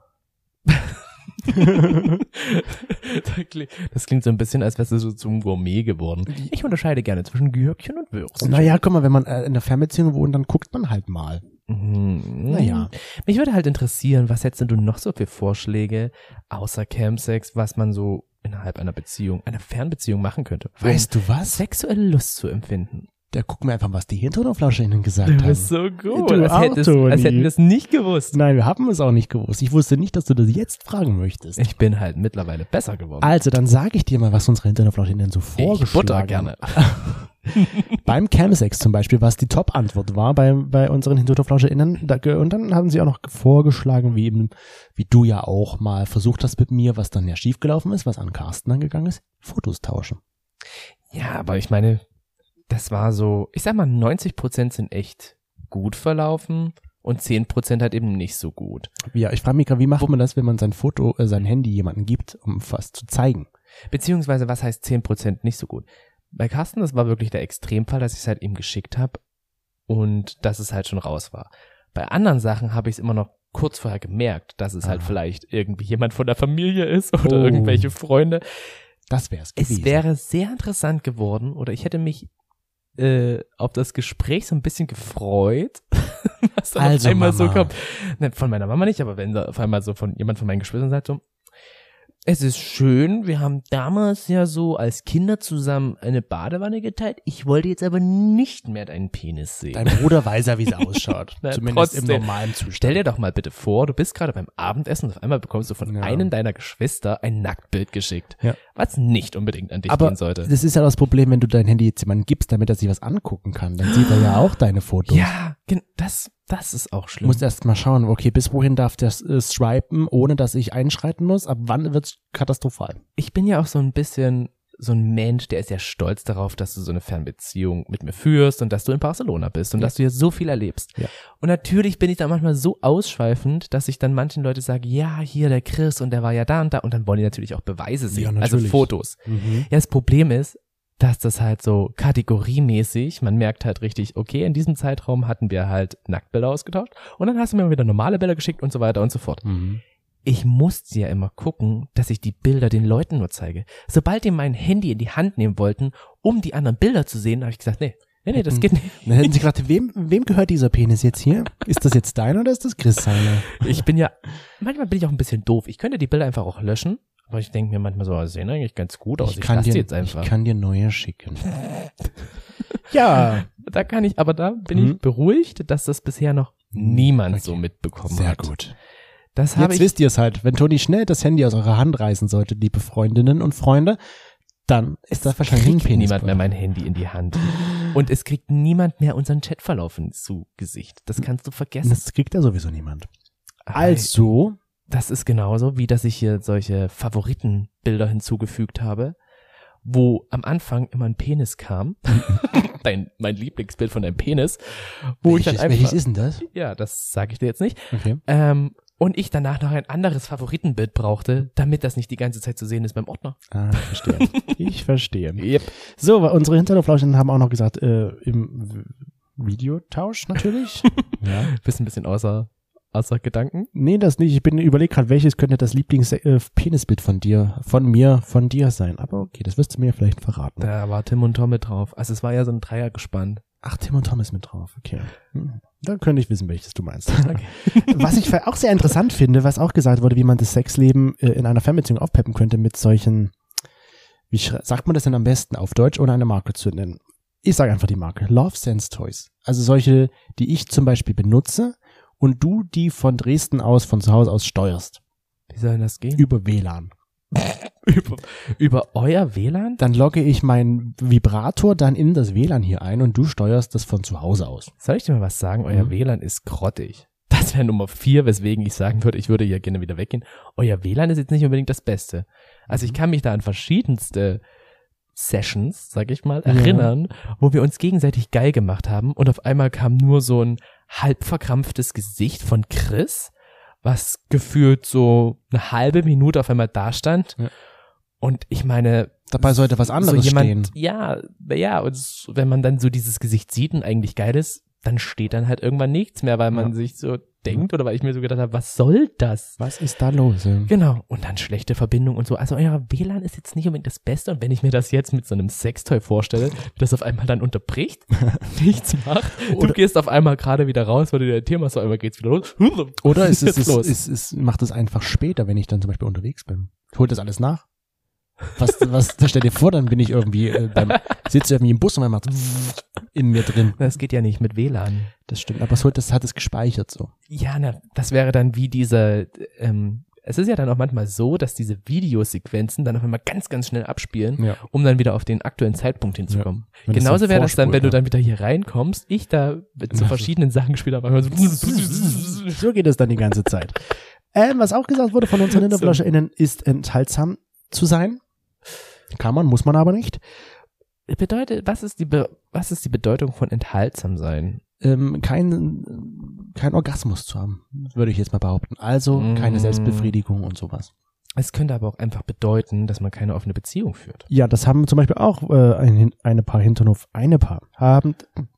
Das klingt so ein bisschen, als wärst du so zum Gourmet geworden. Ich unterscheide gerne zwischen Gürkchen und Würstchen. Naja, guck mal, wenn man äh, in einer Fernbeziehung wohnt, dann guckt man halt mal. Mhm. Naja. Mich würde halt interessieren, was hättest du noch so für Vorschläge, außer Campsex, was man so innerhalb einer Beziehung, einer Fernbeziehung machen könnte? Um Weißt du was? sexuelle Lust zu empfinden. Da gucken wir einfach, was die HinternoflauscherInnen gesagt Du haben. bist so gut. Du als, auch, hättest, Toni. als hätten wir es nicht gewusst. Nein, wir haben es auch nicht gewusst. Ich wusste nicht, dass du das jetzt fragen möchtest. Ich bin halt mittlerweile besser geworden. Also, dann sage ich dir mal, was unsere HinternoflauscherInnen so vorgeschlagen Ich butter gerne. Beim Camsex zum Beispiel, was die Top-Antwort war bei, bei unseren HinternoflauscherInnen. Da, und dann haben sie auch noch vorgeschlagen, wie eben, wie du ja auch mal versucht hast mit mir, was dann ja schiefgelaufen ist, was an Carsten dann gegangen ist, Fotos tauschen. Ja, aber ich meine, das war so, ich sag mal, neunzig Prozent sind echt gut verlaufen und zehn Prozent halt eben nicht so gut. Ja, ich frage mich gerade, wie macht man das, wenn man sein Foto, äh, sein Handy jemandem gibt, um was zu zeigen? Beziehungsweise, was heißt zehn Prozent nicht so gut? Bei Carsten, das war wirklich der Extremfall, dass ich es halt ihm geschickt habe und dass es halt schon raus war. Bei anderen Sachen habe ich es immer noch kurz vorher gemerkt, dass es ah. halt vielleicht irgendwie jemand von der Familie ist oder oh. irgendwelche Freunde. Das wäre es gewesen. Es wäre sehr interessant geworden oder ich hätte mich äh, auf das Gespräch so ein bisschen gefreut, was dann also, auf einmal Mama. so kommt. Ne, von meiner Mama nicht, aber wenn da auf einmal so von jemand von meinen Geschwistern sagt so, es ist schön, wir haben damals ja so als Kinder zusammen eine Badewanne geteilt. Ich wollte jetzt aber nicht mehr deinen Penis sehen. Dein Bruder weiß ja, wie es ausschaut. Na, Zumindest trotzdem. im normalen Zustand. Stell dir doch mal bitte vor, du bist gerade beim Abendessen und auf einmal bekommst du von Ja. einem deiner Geschwister ein Nacktbild geschickt, Ja. was nicht unbedingt an dich Aber gehen sollte. das ist ja das Problem, wenn du dein Handy jetzt jemandem gibst, damit er sich was angucken kann. Dann sieht er ja auch deine Fotos. Ja, gen- das, das ist auch Du schlimm. musst erst mal schauen, okay, bis wohin darf das äh, swipen, ohne dass ich einschreiten muss? Ab wann wird's katastrophal? Ich bin ja auch so ein bisschen so ein Mensch, der ist ja stolz darauf, dass du so eine Fernbeziehung mit mir führst und dass du in Barcelona bist und Ja. dass du hier so viel erlebst. Ja. Und natürlich bin ich da manchmal so ausschweifend, dass ich dann manchen Leuten sage, ja, hier der Chris und der war ja da und da und dann wollen die natürlich auch Beweise sehen, Ja, also natürlich. Fotos. Mhm. Ja, das Problem ist, dass das halt so kategoriemäßig, man merkt halt richtig, okay, in diesem Zeitraum hatten wir halt Nacktbilder ausgetauscht und dann hast du mir wieder normale Bilder geschickt und so weiter und so fort. Mhm. Ich musste ja immer gucken, dass ich die Bilder den Leuten nur zeige. Sobald die mein Handy in die Hand nehmen wollten, um die anderen Bilder zu sehen, habe ich gesagt, nee, nee, nee, das geht nicht. Dann hätten sie gefragt, wem, wem gehört dieser Penis jetzt hier? Ist das jetzt deiner oder ist das Chris seiner? Ich bin ja, manchmal bin ich auch ein bisschen doof. Ich könnte die Bilder einfach auch löschen, aber ich denke mir manchmal so, sie sehen eigentlich ganz gut aus. Ich, kann lasse dir, die jetzt einfach. ich kann dir neue schicken. Ja. Da kann ich, aber da bin Mhm. ich beruhigt, dass das bisher noch niemand Okay. so mitbekommen Sehr hat. gut. Das habe Jetzt ich. wisst ihr es halt. Wenn Toni schnell das Handy aus eurer Hand reißen sollte, liebe Freundinnen und Freunde, dann ist das wahrscheinlich ein kriegt Penis. niemand mehr mein Handy in die Hand. Und es kriegt niemand mehr unseren Chatverlauf zu Gesicht. Das kannst du vergessen. Das kriegt ja sowieso niemand. Also, Das ist genauso, wie dass ich hier solche Favoritenbilder hinzugefügt habe, wo am Anfang immer ein Penis kam. Dein, mein Lieblingsbild von deinem Penis. Wo welches, ich dann einfach, welches ist denn das? Ja, das sage ich dir jetzt nicht. Okay. Ähm, und ich danach noch ein anderes Favoritenbild brauchte, damit das nicht die ganze Zeit zu sehen ist beim Ordner. Ah, ich verstehe. Ich verstehe. Yep. So, unsere Hinterhoflauschen haben auch noch gesagt, äh, im, Videotausch natürlich. Ja. Bist ein bisschen außer, außer Gedanken? Nee, das nicht. Ich bin überlegt gerade, welches könnte das Lieblings-Penisbild von dir, von mir, von dir sein. Aber okay, das wirst du mir vielleicht verraten. Da war Tim und Tom mit drauf. Also es war ja so ein Dreier gespannt. Ach, Tim und Tom ist mit drauf. Okay. Hm. Dann könnte ich wissen, welches du meinst. Okay. Was ich auch sehr interessant finde, was auch gesagt wurde, wie man das Sexleben äh, in einer Fernbeziehung aufpeppen könnte mit solchen, wie sagt man das denn am besten auf Deutsch, ohne eine Marke zu nennen? Ich sage einfach die Marke. Love Sense Toys. Also solche, die ich zum Beispiel benutze und du die von Dresden aus, von zu Hause aus steuerst. Wie soll denn das gehen? Über W L A N. über, über euer W L A N? Dann logge ich meinen Vibrator dann in das W L A N hier ein und du steuerst das von zu Hause aus. Soll ich dir mal was sagen? Euer mhm. W L A N ist grottig. Das wäre Nummer vier, weswegen ich sagen würde, ich würde hier gerne wieder weggehen. Euer W L A N ist jetzt nicht unbedingt das Beste. Also ich kann mich da an verschiedenste Sessions, sag ich mal, erinnern, ja. wo wir uns gegenseitig geil gemacht haben und auf einmal kam nur so ein halb verkrampftes Gesicht von Chris, was gefühlt so eine halbe Minute auf einmal da stand. Ja. Und ich meine, dabei sollte was anderes so jemand, stehen. Ja, ja, und wenn man dann so dieses Gesicht sieht und eigentlich geil ist, dann steht dann halt irgendwann nichts mehr, weil man ja. sich so denkt oder weil ich mir so gedacht habe, was soll das? Was ist da los? Ja. Genau. Und dann schlechte Verbindung und so. Also euer W L A N ist jetzt nicht unbedingt das Beste. Und wenn ich mir das jetzt mit so einem Sextoy vorstelle, das auf einmal dann unterbricht, nichts macht, oder du gehst auf einmal gerade wieder raus, weil du dir ein Thema hast, auf einmal geht's wieder los. Oder es ist, es, es, es macht es einfach später, wenn ich dann zum Beispiel unterwegs bin. Holt das alles nach? Was, was, stell dir vor, dann bin ich irgendwie, äh, beim, sitze irgendwie im Bus und man macht in mir drin. Das geht ja nicht mit W L A N. Das stimmt, aber es holt, das hat es gespeichert so. Ja, na, das wäre dann wie diese, ähm, es ist ja dann auch manchmal so, dass diese Videosequenzen dann auf einmal ganz, ganz schnell abspielen, ja. um dann wieder auf den aktuellen Zeitpunkt hinzukommen. Ja. Genauso wäre das dann, wenn du dann wieder hier reinkommst, ich da zu verschiedenen Sachen spiele, aber so, so geht es dann die ganze Zeit. Ähm, was auch gesagt wurde von unseren HinterflascherInnen ist enthaltsam zu sein. Kann man, muss man aber nicht. Bedeutet, was ist die, Be- was ist die Bedeutung von enthaltsam sein? Ähm, kein, kein Orgasmus zu haben, würde ich jetzt mal behaupten. Also mm. keine Selbstbefriedigung und sowas. Es könnte aber auch einfach bedeuten, dass man keine offene Beziehung führt. Ja, das haben zum Beispiel auch äh, ein, eine Paar Hinternhof, eine Paar haben.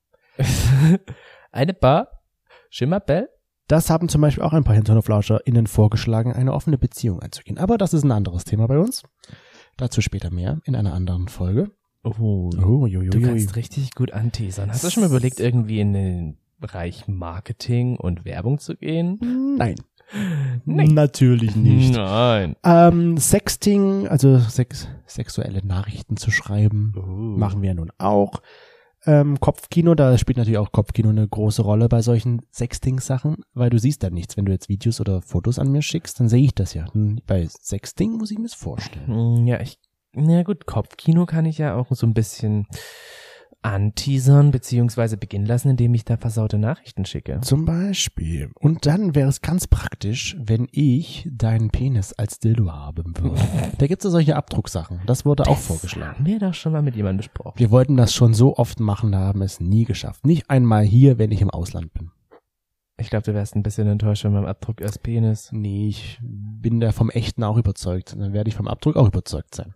eine Paar? Schimmerbell? Das haben zum Beispiel auch ein paar HinternhoflauscherInnen vorgeschlagen, eine offene Beziehung einzugehen. Aber das ist ein anderes Thema bei uns. Dazu später mehr in einer anderen Folge. Oh, oh jo, jo, du kannst richtig gut anteasern. Hast du schon mal überlegt, irgendwie in den Bereich Marketing und Werbung zu gehen? Nein. Nein. Natürlich nicht. Nein. Ähm, Sexting, also sex- sexuelle Nachrichten zu schreiben, oh. machen wir nun auch. Ähm, Kopfkino, da spielt natürlich auch Kopfkino eine große Rolle bei solchen Sexting-Sachen, weil du siehst da nichts. Wenn du jetzt Videos oder Fotos an mir schickst, dann sehe ich das ja. Bei Sexting muss ich mir das vorstellen. Ja, ich, na gut, Kopfkino kann ich ja auch so ein bisschen anteasern beziehungsweise beginnen lassen, indem ich da versaute Nachrichten schicke. Zum Beispiel. Und dann wäre es ganz praktisch, wenn ich deinen Penis als Dildo haben würde. Da gibt es ja solche Abdrucksachen. Das wurde das auch vorgeschlagen. Haben wir doch schon mal mit jemandem besprochen. Wir wollten das schon so oft machen, haben es nie geschafft. Nicht einmal hier, wenn ich im Ausland bin. Ich glaube, du wärst ein bisschen enttäuscht von meinem Abdruck als Penis. Nee, ich bin da vom Echten auch überzeugt. Dann werde ich vom Abdruck auch überzeugt sein.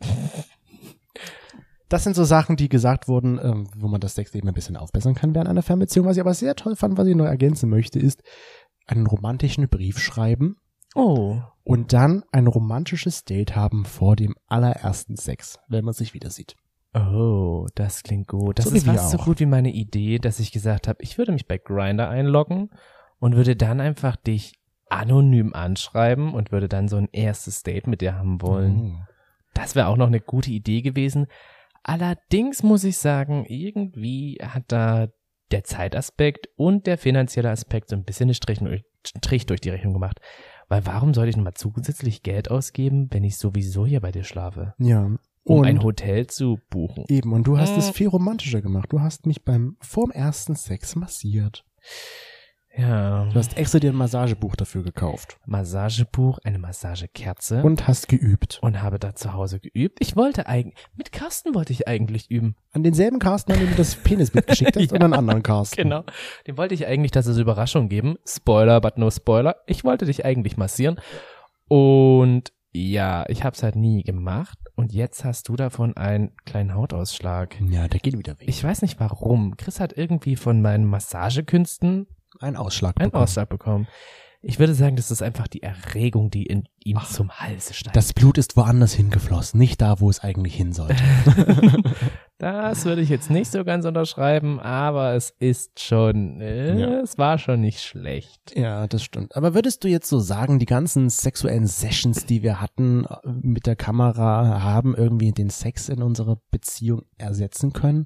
Das sind so Sachen, die gesagt wurden, ähm, wo man das Sexleben ein bisschen aufbessern kann während einer Fernbeziehung. Was ich aber sehr toll fand, was ich noch ergänzen möchte, ist einen romantischen Brief schreiben. Oh. Und dann ein romantisches Date haben vor dem allerersten Sex, wenn man sich wieder sieht. Oh, das klingt gut. Das so ist fast so gut wie meine Idee, dass ich gesagt habe, ich würde mich bei Grindr einloggen und würde dann einfach dich anonym anschreiben und würde dann so ein erstes Date mit dir haben wollen. Oh. Das wäre auch noch eine gute Idee gewesen. Allerdings muss ich sagen, irgendwie hat da der Zeitaspekt und der finanzielle Aspekt so ein bisschen einen Strich, Strich durch die Rechnung gemacht. Weil warum sollte ich nochmal zusätzlich Geld ausgeben, wenn ich sowieso hier bei dir schlafe? Ja. Um und ein Hotel zu buchen. Eben, und du hast äh. es viel romantischer gemacht. Du hast mich beim vorm ersten Sex massiert. Ja. Du hast extra dir ein Massagebuch dafür gekauft. Massagebuch, eine Massagekerze. Und hast geübt. Und habe da zu Hause geübt. Ich wollte eigentlich, mit Carsten wollte ich eigentlich üben. An denselben Carsten, an dem du das Penis mitgeschickt hast, ja, oder einen anderen Carsten? Genau. Dem wollte ich eigentlich das als Überraschung geben. Spoiler, but no spoiler. Ich wollte dich eigentlich massieren. Und Ja, ich hab's halt nie gemacht und jetzt hast du davon einen kleinen Hautausschlag. Ja, der geht wieder weg. Ich weiß nicht warum. Chris hat irgendwie von meinen Massagekünsten einen Ausschlag einen bekommen. Ausschlag bekommen. Ich würde sagen, das ist einfach die Erregung, die in ihm Ach, zum Halse steigt. Das Blut ist woanders hingeflossen, nicht da, wo es eigentlich hin sollte. Das würde ich jetzt nicht so ganz unterschreiben, aber es ist schon, äh, ja. es war schon nicht schlecht. Ja, das stimmt. Aber würdest du jetzt so sagen, die ganzen sexuellen Sessions, die wir hatten mit der Kamera, haben irgendwie den Sex in unserer Beziehung ersetzen können?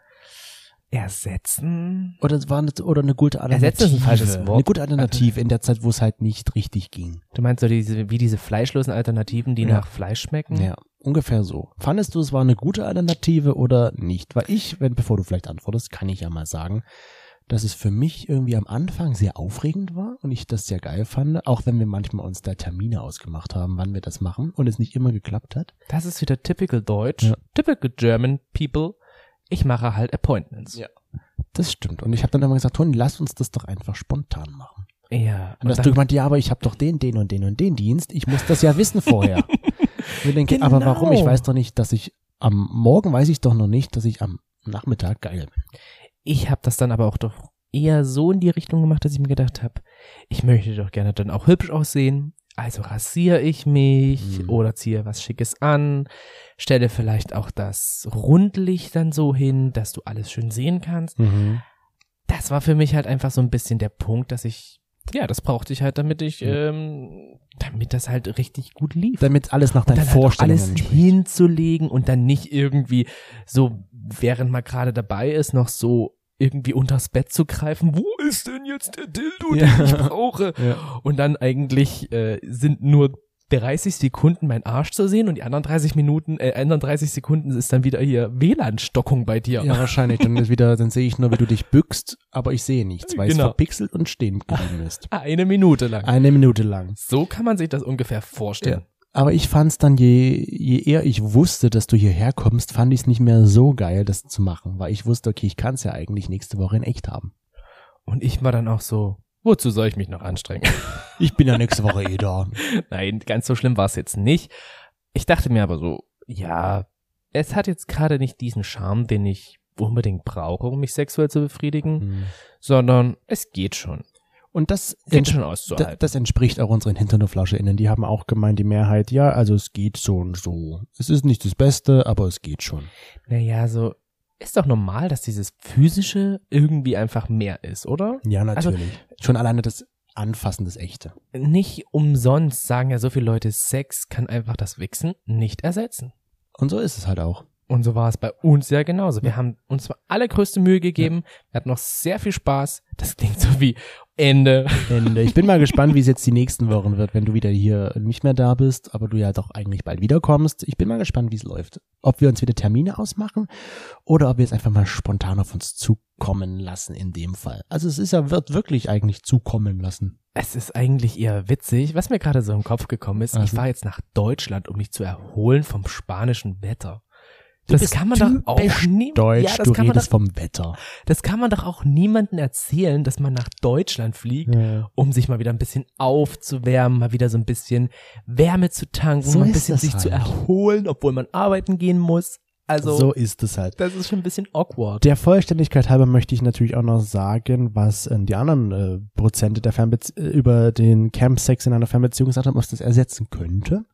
Ersetzen? Oder war eine, oder eine gute Alternative. Ersetzen ist ein falsches Wort. Eine gute Alternative in der Zeit, wo es halt nicht richtig ging. Du meinst so diese, wie diese fleischlosen Alternativen, die ja. nach Fleisch schmecken? Ja, ungefähr so. Fandest du, es war eine gute Alternative oder nicht? Weil ich, wenn, bevor du vielleicht antwortest, kann ich ja mal sagen, dass es für mich irgendwie am Anfang sehr aufregend war und ich das sehr geil fand, auch wenn wir manchmal uns da Termine ausgemacht haben, wann wir das machen und es nicht immer geklappt hat. Das ist wieder typical Deutsch, ja. typical German people. Ich mache halt Appointments. Ja, das stimmt. Und ich habe dann immer gesagt, Toni, lass uns das doch einfach spontan machen. Ja. Und, und hast du gemeint, ja, aber ich habe doch den, den und den und den Dienst. Ich muss das ja wissen vorher. Und ich denke, genau. Aber warum? Ich weiß doch nicht, dass ich am Morgen weiß ich doch noch nicht, dass ich am Nachmittag geil bin. Ich habe das dann aber auch doch eher so in die Richtung gemacht, dass ich mir gedacht habe, ich möchte doch gerne dann auch hübsch aussehen. Also rasiere ich mich mhm. oder ziehe was Schickes an, stelle vielleicht auch das Rundlicht dann so hin, dass du alles schön sehen kannst. Mhm. Das war für mich halt einfach so ein bisschen der Punkt, dass ich, ja, das brauchte ich halt, damit ich, mhm. ähm, damit das halt richtig gut lief. Damit alles nach deinen Vorstellungen halt alles hinzulegen und dann nicht irgendwie so, während man gerade dabei ist, noch so irgendwie unters Bett zu greifen, wo ist denn jetzt der Dildo, ja. den ich brauche? Ja. Und dann eigentlich äh, sind nur dreißig Sekunden mein Arsch zu sehen und die anderen dreißig Minuten, äh, anderen dreißig Sekunden ist dann wieder hier W L A N-Stockung bei dir. Ja, wahrscheinlich. Dann ist wieder, dann sehe ich nur, wie du dich bückst, aber ich sehe nichts, weil genau. es verpixelt und stehen geblieben ist. Eine Minute lang. Eine Minute lang. So kann man sich das ungefähr vorstellen. Ja. Aber ich fand's dann, je, je eher ich wusste, dass du hierher kommst, fand ich es nicht mehr so geil, das zu machen, weil ich wusste, okay, ich kann es ja eigentlich nächste Woche in echt haben. Und ich war dann auch so, wozu soll ich mich noch anstrengen? Ich bin ja nächste Woche eh da. Nein, ganz so schlimm war es jetzt nicht. Ich dachte mir aber so, ja, es hat jetzt gerade nicht diesen Charme, den ich unbedingt brauche, um mich sexuell zu befriedigen, mhm. sondern es geht schon. Und das, ent- schon auszuhalten. das entspricht auch unseren HinternoflascheInnen. Die haben auch gemeint, die Mehrheit, ja, also es geht so und so. Es ist nicht das Beste, aber es geht schon. Naja, so ist doch normal, dass dieses Physische irgendwie einfach mehr ist, oder? Ja, natürlich. Also, schon alleine das Anfassen, das Echte. Nicht umsonst sagen ja so viele Leute, Sex kann einfach das Wichsen nicht ersetzen. Und so ist es halt auch. Und so war es bei uns ja genauso. Wir ja. haben uns zwar allergrößte Mühe gegeben, ja. wir hatten noch sehr viel Spaß. Das klingt so wie Ende. Ende. Ich bin mal gespannt, wie es jetzt die nächsten Wochen wird, wenn du wieder hier nicht mehr da bist, aber du ja doch eigentlich bald wiederkommst. Ich bin mal gespannt, wie es läuft. Ob wir uns wieder Termine ausmachen oder ob wir es einfach mal spontan auf uns zukommen lassen in dem Fall. Also es ist ja, wird wirklich eigentlich zukommen lassen. Es ist eigentlich eher witzig, was mir gerade so im Kopf gekommen ist. Also. Ich fahre jetzt nach Deutschland, um mich zu erholen vom spanischen Wetter. Das, das kann man doch auch nie, Deutsch, ja, das du kann man redest doch, vom Wetter. Das kann man doch auch niemandem erzählen, dass man nach Deutschland fliegt, ja. um sich mal wieder ein bisschen aufzuwärmen, mal wieder so ein bisschen Wärme zu tanken, so mal ein bisschen sich halt. zu erholen, obwohl man arbeiten gehen muss. Also so ist es halt. Das ist schon ein bisschen awkward. Der Vollständigkeit halber möchte ich natürlich auch noch sagen, was äh, die anderen äh, Prozente der Fernbezie- über den Campsex in einer Fernbeziehung gesagt haben, was das ersetzen könnte.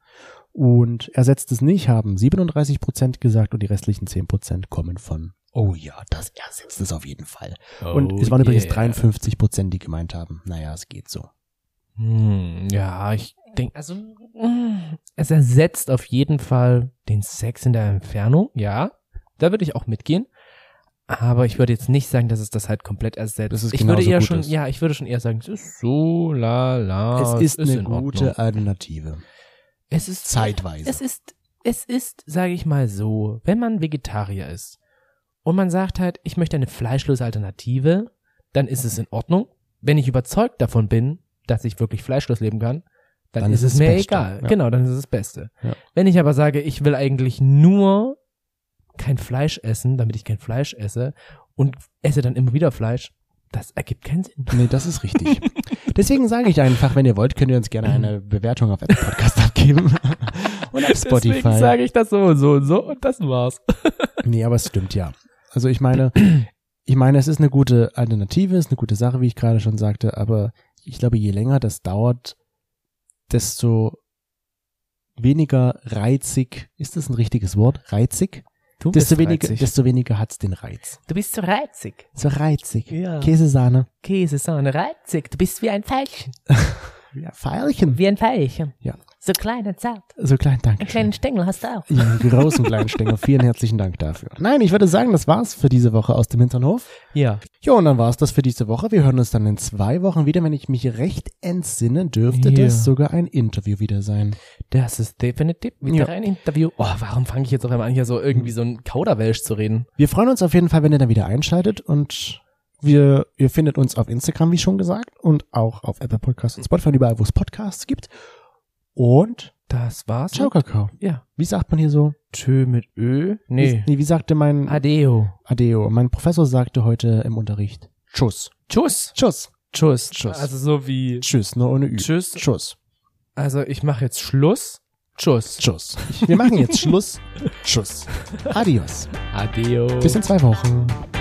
Und ersetzt es nicht, haben siebenunddreißig Prozent gesagt und die restlichen zehn Prozent kommen von, oh ja, das ersetzt es auf jeden Fall. Oh und es waren yeah. übrigens dreiundfünfzig Prozent, die gemeint haben, naja, es geht so. Hm, ja, ich denke, also es ersetzt auf jeden Fall den Sex in der Entfernung, ja, da würde ich auch mitgehen. Aber ich würde jetzt nicht sagen, dass es das halt komplett ersetzt. Das ist ich würde eher gut schon, ist. ja, ich würde schon eher sagen, es ist so, la, la. Es ist, es ist eine gute Ordnung. Alternative. Es ist zeitweise. Es ist, es ist, sage ich mal so, wenn man Vegetarier ist und man sagt halt, ich möchte eine fleischlose Alternative, dann ist es in Ordnung. Wenn ich überzeugt davon bin, dass ich wirklich fleischlos leben kann, dann, dann ist es mir Beste. egal. Ja. Genau, dann ist es das Beste. Ja. Wenn ich aber sage, ich will eigentlich nur kein Fleisch essen, damit ich kein Fleisch esse und esse dann immer wieder Fleisch, das ergibt keinen Sinn. Nee, das ist richtig. Deswegen sage ich einfach, wenn ihr wollt, könnt ihr uns gerne eine Bewertung auf Apple Podcast abgeben. und auf Spotify. Deswegen sage ich das so und so und so und das war's. Nee, aber es stimmt ja. Also ich meine, ich meine, es ist eine gute Alternative, ist eine gute Sache, wie ich gerade schon sagte, aber ich glaube, je länger das dauert, desto weniger reizig, ist das ein richtiges Wort? Reizig? Du Desto bist weniger, reizig. desto weniger hat's den Reiz. Du bist so reizig. So reizig. Ja. Käsesahne. Käse, Sahne, reizig. Du bist wie ein Veilchen. Ja, Veilchen. Wie ein Veilchen. Ja. So klein und zart. So klein, danke. Einen kleinen Stängel hast du auch. Ja, einen großen kleinen Stängel. Vielen herzlichen Dank dafür. Nein, ich würde sagen, das war's für diese Woche aus dem Hinternhof. Ja. Jo, und dann war's das für diese Woche. Wir hören uns dann in zwei Wochen wieder. Wenn ich mich recht entsinne, dürfte Ja. das sogar ein Interview wieder sein. Das ist definitiv wieder Ja. ein Interview. Oh, warum fange ich jetzt auf einmal an, hier so irgendwie so ein Kauderwelsch zu reden? Wir freuen uns auf jeden Fall, wenn ihr dann wieder einschaltet und wir, ihr findet uns auf Instagram, wie schon gesagt, und auch auf Apple Podcasts und Spotify, überall, wo es Podcasts gibt. Und Das war's. ciao, Kakao. Ja. Wie sagt man hier so? Tschö mit Ö? Wie, Nee. nee, wie sagte mein Adeo. Adeo? Mein Professor sagte heute im Unterricht Tschüss. Tschüss. Tschüss. Tschüss. Tschüss. Also so wie Tschüss, nur ohne Ü. Tschüss. Tschüss. Also ich mache jetzt Schluss. Tschüss. Tschüss. Wir machen jetzt Schluss. Tschüss. Adios. Adeo. Bis in zwei Wochen.